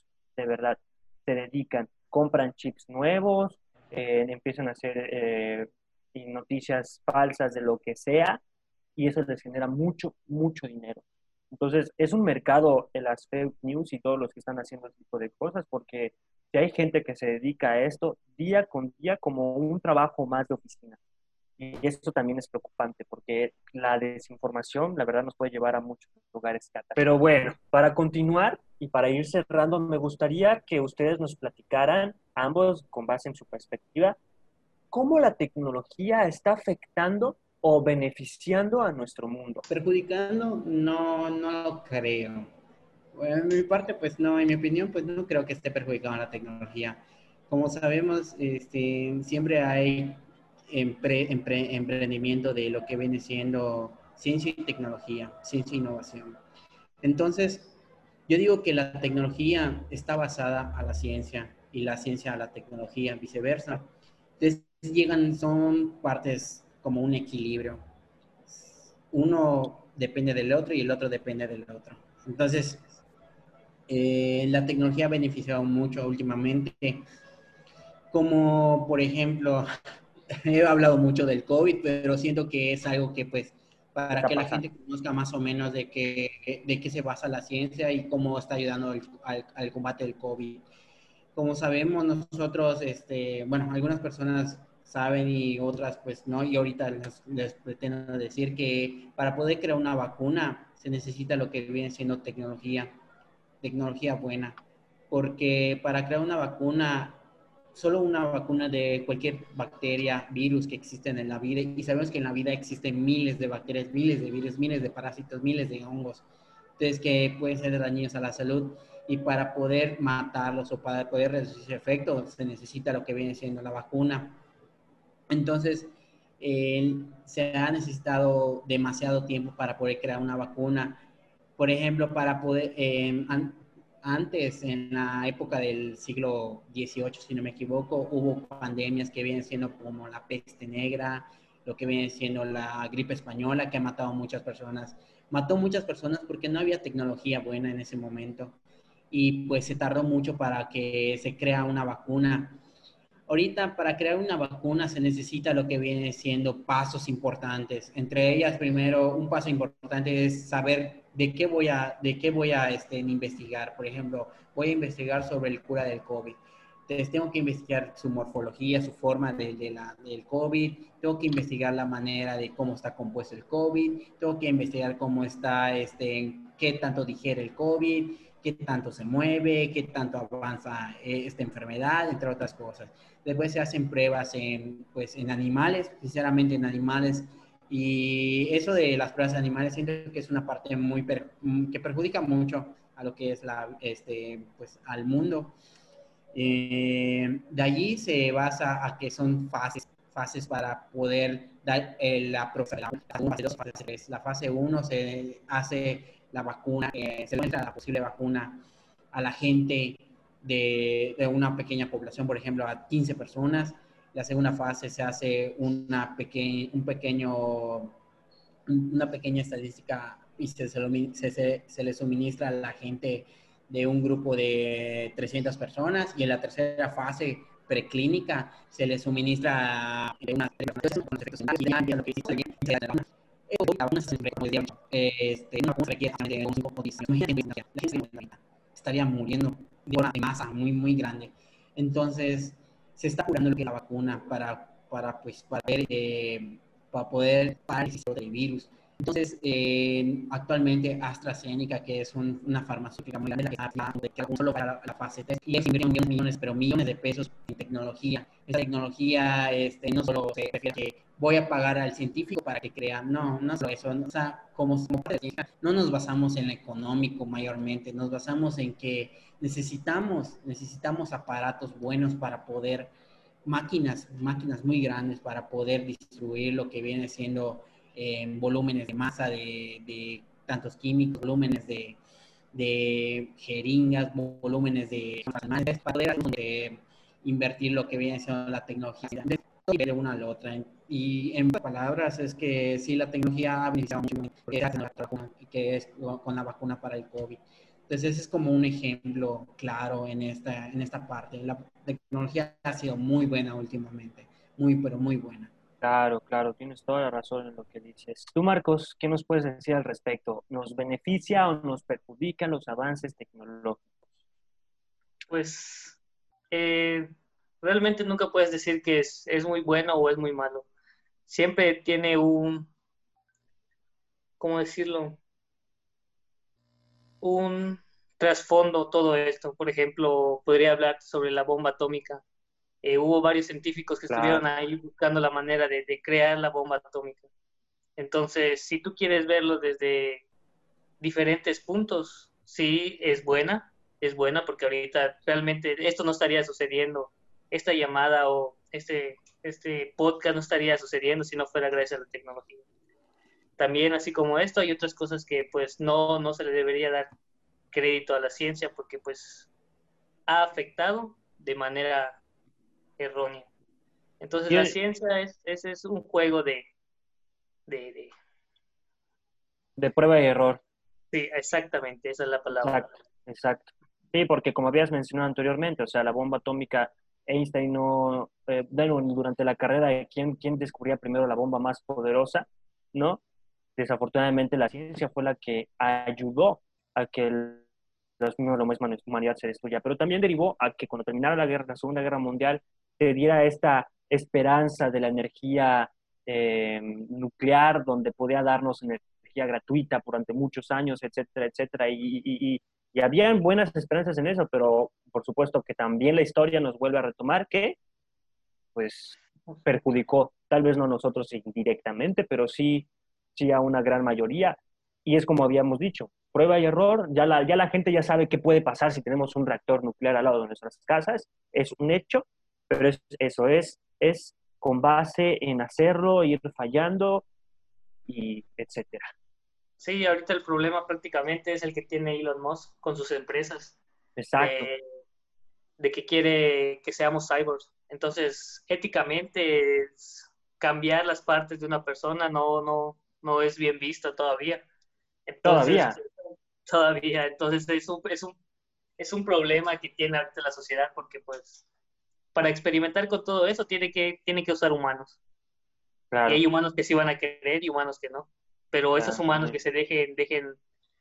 dedican, compran chips nuevos, eh, empiezan a hacer eh, noticias falsas de lo que sea, y eso les genera mucho, mucho dinero. Entonces, es un mercado de las fake news y todos los que están haciendo este tipo de cosas, porque si hay gente que se dedica a esto día con día como un trabajo más de oficina. Y esto también es preocupante, porque la desinformación, la verdad, nos puede llevar a muchos lugares catastróficos. Pero bueno, para continuar y para ir cerrando, me gustaría que ustedes nos platicaran, ambos con base en su perspectiva, cómo la tecnología está afectando o beneficiando a nuestro mundo. Perjudicando, no, no lo creo. Bueno, en mi parte, pues no, en mi opinión, pues no creo que esté perjudicando la tecnología. Como sabemos, este, siempre hay empre, empre, emprendimiento de lo que viene siendo ciencia y tecnología, ciencia e innovación. Entonces, yo digo que la tecnología está basada a la ciencia y la ciencia a la tecnología, viceversa. Entonces, llegan, son partes como un equilibrio. Uno depende del otro y el otro depende del otro. Entonces, eh, la tecnología ha beneficiado mucho últimamente, como por ejemplo, he hablado mucho del COVID, pero siento que es algo que pues para que la gente conozca más o menos de qué, de qué se basa la ciencia y cómo está ayudando el, al, al combate del COVID. Como sabemos nosotros, este, bueno, algunas personas saben y otras pues no, y ahorita les, les pretendo decir que para poder crear una vacuna se necesita lo que viene siendo tecnología, tecnología buena, porque para crear una vacuna, solo una vacuna de cualquier bacteria, virus que existen en la vida, y sabemos que en la vida existen miles de bacterias, miles de virus, miles de parásitos, miles de hongos, entonces que pueden ser dañinos a la salud, y para poder matarlos o para poder reducir su efecto se necesita lo que viene siendo la vacuna. Entonces, eh, se ha necesitado demasiado tiempo para poder crear una vacuna. Por ejemplo, para poder, eh, an, antes, en la época del siglo dieciocho, si no me equivoco, hubo pandemias que vienen siendo como la peste negra, lo que viene siendo la gripe española, que ha matado a muchas personas. Mató muchas personas porque no había tecnología buena en ese momento. Y pues se tardó mucho para que se crea una vacuna. Ahorita para crear una vacuna se necesita lo que viene siendo pasos importantes. Entre ellas, primero, un paso importante es saber de qué voy a, de qué voy a este, investigar. Por ejemplo, voy a investigar sobre el cura del COVID. Entonces, tengo que investigar su morfología, su forma de, de la, del COVID. Tengo que investigar la manera de cómo está compuesto el COVID. Tengo que investigar cómo está, este, qué tanto digiere el COVID, qué tanto se mueve, qué tanto avanza esta enfermedad, entre otras cosas. Después se hacen pruebas en, pues, en animales, sinceramente en animales, y eso de las pruebas de animales siento que es una parte muy per, que perjudica mucho a lo que es la, este, pues, al mundo. Eh, de allí se basa a que son fases, fases para poder dar eh, la prueba. La fase dos, fase tres. La fase uno se hace la vacuna, eh, se muestra la posible vacuna a la gente de, de una pequeña población, por ejemplo, a quince personas. La segunda fase se hace una peque, un pequeño, una pequeña estadística y se, se, se, se le suministra a la gente de un grupo de trescientas personas, y en la tercera fase preclínica se le suministra de una estaría muriendo de una masa muy muy grande. Entonces se está curando la vacuna para para pues para poder, eh, para poder parar el virus. Entonces, eh, actualmente AstraZeneca, que es un, una farmacéutica muy grande, la que está solo para la fase tres, y invirtiendo millones, pero millones de pesos en tecnología. Esa tecnología este, no solo se refiere a que voy a pagar al científico para que crea, no, no solo eso. O sea, como, como no nos basamos en lo económico mayormente, nos basamos en que necesitamos, necesitamos aparatos buenos para poder, máquinas, máquinas muy grandes para poder distribuir lo que viene siendo en eh, volúmenes de masa de, de tantos químicos, volúmenes de, de jeringas, volúmenes de animales, para poder eh, invertir lo que viene siendo la tecnología de una a la otra. Y en palabras es que sí, la tecnología ha beneficiado mucho, que es con la vacuna para el COVID. Entonces ese es como un ejemplo claro en esta, en esta parte. La tecnología ha sido muy buena últimamente, muy, pero muy buena. Claro, claro, tienes toda la razón en lo que dices. Tú, Marcos, ¿qué nos puedes decir al respecto? ¿Nos beneficia o nos perjudican los avances tecnológicos? Pues eh, realmente nunca puedes decir que es, es muy bueno o es muy malo. Siempre tiene un, ¿cómo decirlo? Un trasfondo todo esto. Por ejemplo, podría hablar sobre la bomba atómica. Eh, hubo varios científicos que estuvieron Claro, ahí buscando la manera de, de crear la bomba atómica. Entonces, si tú quieres verlo desde diferentes puntos, sí es buena, es buena porque ahorita realmente esto no estaría sucediendo, esta llamada o este, este podcast no estaría sucediendo si no fuera gracias a la tecnología. También, así como esto, hay otras cosas que pues no, no se le debería dar crédito a la ciencia porque pues ha afectado de manera errónea. Entonces la Tiene- ciencia es, es, es un juego de, de, de... de prueba y error. Sí, exactamente, esa es la palabra. Exacto, exacto. Sí, porque como habías mencionado anteriormente, o sea, la bomba atómica, Einstein no, eh, bueno, durante la carrera de quién, quién descubría primero la bomba más poderosa, ¿no? Desafortunadamente la ciencia fue la que ayudó a que el, los mismos, la misma humanidad se destruya, pero también derivó a que cuando terminara la guerra, la Segunda Guerra Mundial, se diera esta esperanza de la energía eh, nuclear, donde podía darnos energía gratuita durante muchos años, etcétera, etcétera, y, y, y, y habían buenas esperanzas en eso, pero por supuesto que también la historia nos vuelve a retomar que, pues, perjudicó, tal vez no a nosotros indirectamente, pero sí, sí a una gran mayoría. Y es como habíamos dicho, prueba y error, ya la, ya la gente ya sabe qué puede pasar si tenemos un reactor nuclear al lado de nuestras casas, es un hecho, pero es, eso es, es con base en hacerlo, ir fallando y etcétera. Sí, ahorita el problema prácticamente es el que tiene Elon Musk con sus empresas, Exacto, de, de que quiere que seamos cyborgs. Entonces, éticamente, es- cambiar las partes de una persona no, no, no es bien visto todavía. Entonces, todavía, todavía, entonces es un, es un, es un problema que tiene ahorita la sociedad porque, pues, para experimentar con todo eso tiene que, tiene que usar humanos. Y claro, hay humanos que sí van a querer y humanos que no. Pero esos claro, humanos que se dejen, dejen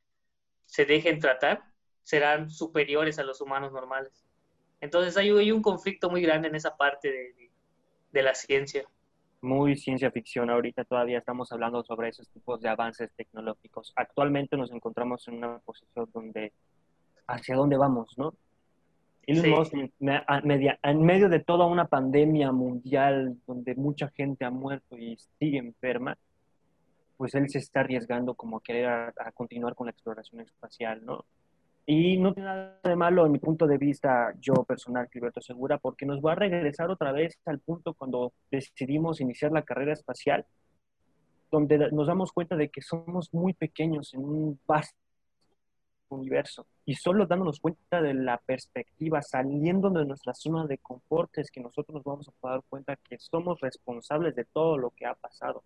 se dejen tratar, serán superiores a los humanos normales. Entonces hay, hay un conflicto muy grande en esa parte de, de, de la ciencia. muy ciencia ficción. Ahorita todavía estamos hablando sobre esos tipos de avances tecnológicos. Actualmente nos encontramos en una posición donde, ¿hacia dónde vamos, no? Elon Sí, Musk, me- a- media- en medio de toda una pandemia mundial donde mucha gente ha muerto y sigue enferma, pues él se está arriesgando como a querer a, a continuar con la exploración espacial, ¿no? Y no tiene nada de malo en mi punto de vista, yo personal, Gilberto Segura, porque nos va a regresar otra vez al punto cuando decidimos iniciar la carrera espacial, donde nos damos cuenta de que somos muy pequeños en un vasto universo. Y solo dándonos cuenta de la perspectiva, saliendo de nuestra zona de confort, es que nosotros nos vamos a dar cuenta que somos responsables de todo lo que ha pasado.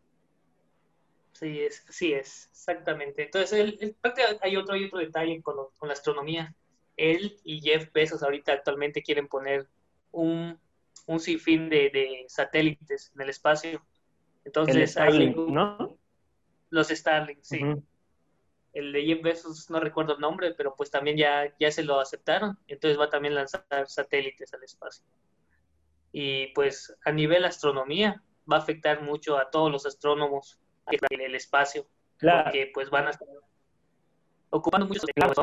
sí es, sí es, exactamente. Entonces, el, el, hay, otro, hay otro detalle con, lo, con la astronomía. Él y Jeff Bezos ahorita actualmente quieren poner un, un sinfín de, de satélites en el espacio. El Entonces, hay Starlink, un, ¿no? los Starlink, sí. Uh-huh. El de Jeff Bezos no recuerdo el nombre, pero pues también ya, ya se lo aceptaron. Entonces va también a lanzar satélites al espacio. Y pues a nivel astronomía va a afectar mucho a todos los astrónomos en el espacio, Claro, porque pues van a estar ocupando muchos claro.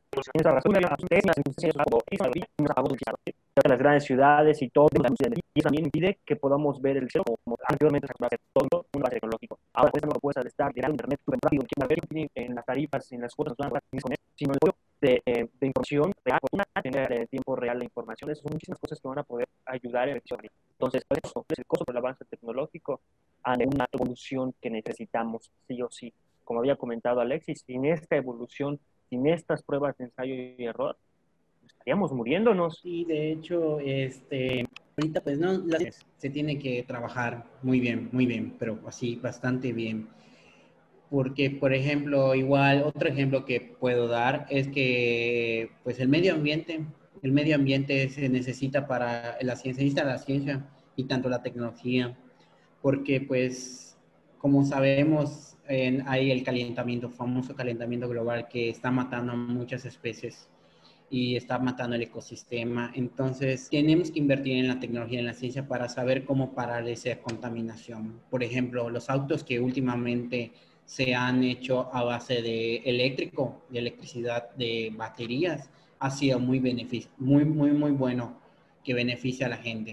Las grandes ciudades y todo, y también impide que podamos ver el cielo como anteriormente se hacía todo un lugar tecnológico. Ahora pues no puedes estar llegando internet súper rápido, en las tarifas, en las cuotas, sino el de, eh, de información real, una tener en tiempo real la información, esas son muchísimas cosas que van a poder ayudar en el cielo. Entonces, por eso es el costo por el avance tecnológico a una evolución que necesitamos sí o sí. Como había comentado Alexis, sin esta evolución, sin estas pruebas de ensayo y error, estaríamos muriéndonos. Y de hecho, este, ahorita pues no, la, se tiene que trabajar muy bien, muy bien, pero así bastante bien. porque, por ejemplo, igual otro ejemplo que puedo dar es que pues el medio ambiente, el medio ambiente se necesita para la ciencia, se necesita la ciencia y tanto la tecnología, porque pues como sabemos en- hay el calentamiento, famoso calentamiento global que está matando a muchas especies y está matando el ecosistema. Entonces, tenemos que invertir en la tecnología, en la ciencia para saber cómo parar esa contaminación. Por ejemplo, los autos que últimamente se han hecho a base de eléctrico, de electricidad, de baterías, ha sido muy beneficio, muy, muy, muy bueno que beneficia a la gente.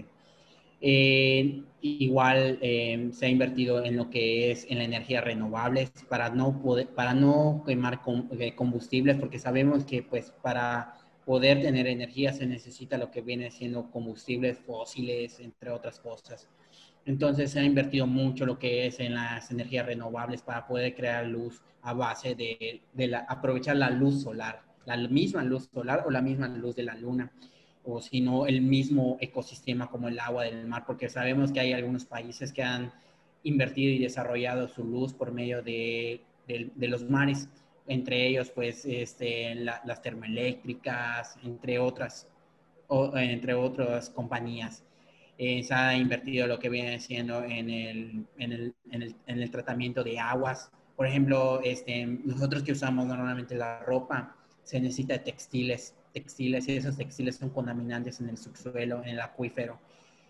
Eh, igual eh, se ha invertido en lo que es en la energía renovables para no poder, para no quemar com, eh, combustibles, porque sabemos que pues para poder tener energía se necesita lo que viene siendo combustibles fósiles, entre otras cosas. Entonces se ha invertido mucho lo que es en las energías renovables para poder crear luz a base de, de la, aprovechar la luz solar, la misma luz solar o la misma luz de la luna, o si no el mismo ecosistema como el agua del mar, porque sabemos que hay algunos países que han invertido y desarrollado su luz por medio de, de, de los mares, entre ellos pues este, la, las termoeléctricas, entre otras, o, entre otras compañías. Eh, se ha invertido lo que viene siendo en el, en el, en el, en el tratamiento de aguas. Por ejemplo, este, nosotros que usamos normalmente la ropa, se necesita textiles, textiles y esos textiles son contaminantes en el subsuelo, en el acuífero.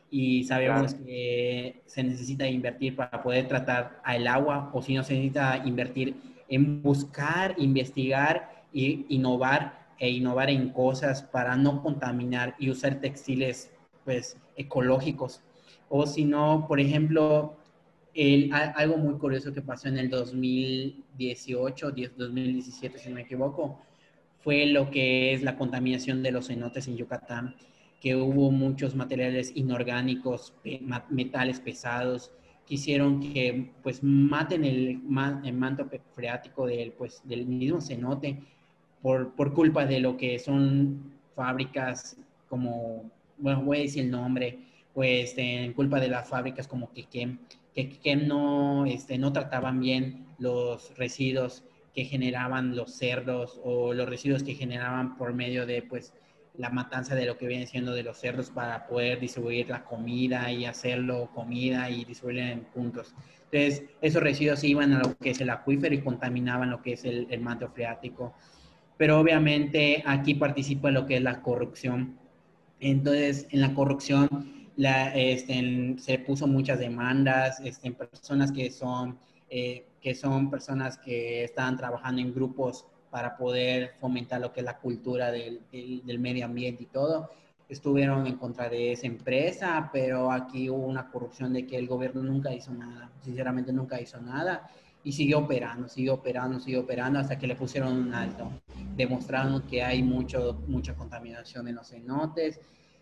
Y sabemos Claro. que se necesita invertir para poder tratar el agua, o si no se necesita invertir en buscar, investigar e innovar e innovar en cosas para no contaminar y usar textiles pues ecológicos. O si no, por ejemplo, el, algo muy curioso que pasó en el dos mil dieciocho, dos mil diecisiete si no me equivoco, fue lo que es la contaminación de los cenotes en Yucatán, que hubo muchos materiales inorgánicos, metales pesados, que hicieron que pues maten el, el manto freático del, pues, del mismo cenote por, por culpa de lo que son fábricas como, bueno, voy a decir el nombre, pues en culpa de las fábricas como Quequem, que Quequem no, este, no trataban bien los residuos que generaban los cerdos o los residuos que generaban por medio de pues la matanza de lo que viene siendo de los cerdos para poder distribuir la comida y hacerlo comida y distribuirla en puntos. Entonces, esos residuos iban a lo que es el acuífero y contaminaban lo que es el, el manto freático. Pero obviamente aquí participa lo que es la corrupción. Entonces, en la corrupción la, este, en, se puso muchas demandas este, en personas que son, eh, que son personas que estaban trabajando en grupos para poder fomentar lo que es la cultura del, del, del medio ambiente y todo. Estuvieron en contra de esa empresa, pero aquí hubo una corrupción de que el gobierno nunca hizo nada, sinceramente nunca hizo nada, y siguió operando, siguió operando, siguió operando hasta que le pusieron un alto. Demostraron que hay mucho, mucha contaminación en los cenotes,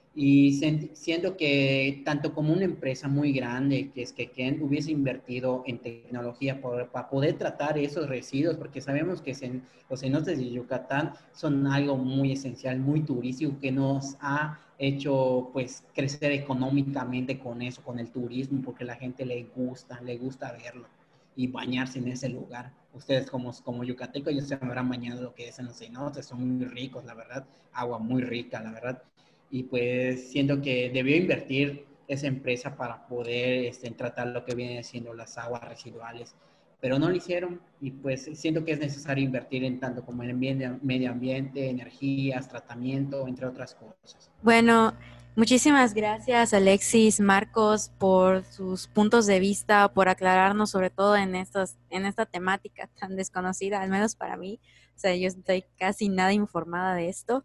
y siento que tanto como una empresa muy grande que es que Ken hubiese invertido en tecnología por, para poder tratar esos residuos, porque sabemos que sen, los cenotes de Yucatán son algo muy esencial, muy turístico, que nos ha hecho pues crecer económicamente con eso, con el turismo, porque la gente le gusta, le gusta verlo y bañarse en ese lugar. Ustedes como, como yucatecos ya se habrán bañado lo que es en los cenotes, son muy ricos, la verdad, agua muy rica, la verdad. Y pues siento que debió invertir esa empresa para poder este, tratar lo que viene siendo las aguas residuales, pero no lo hicieron, y pues siento que es necesario invertir en tanto como en el medio ambiente, energías, tratamiento, entre otras cosas. Bueno, muchísimas gracias Alexis, Marcos, por sus puntos de vista, por aclararnos sobre todo en, estos, en esta temática tan desconocida, al menos para mí. O sea, yo estoy casi nada informada de esto.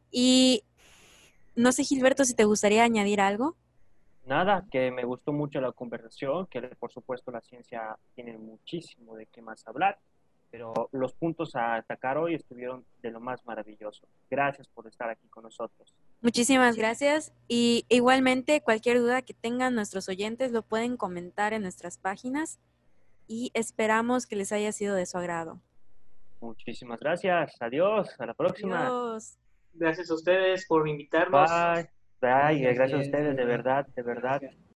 Y no sé, Gilberto, si te gustaría añadir algo. Nada, que me gustó mucho la conversación, que por supuesto la ciencia tiene muchísimo de qué más hablar, pero los puntos a atacar hoy estuvieron de lo más maravilloso. Gracias por estar aquí con nosotros. Muchísimas gracias, y igualmente cualquier duda que tengan nuestros oyentes lo pueden comentar en nuestras páginas y esperamos que les haya sido de su agrado. Muchísimas gracias. Adiós. A la próxima. Adiós. Gracias a ustedes por invitarnos. Bye. Bye. Gracias, gracias a ustedes, de verdad, de verdad. Gracias.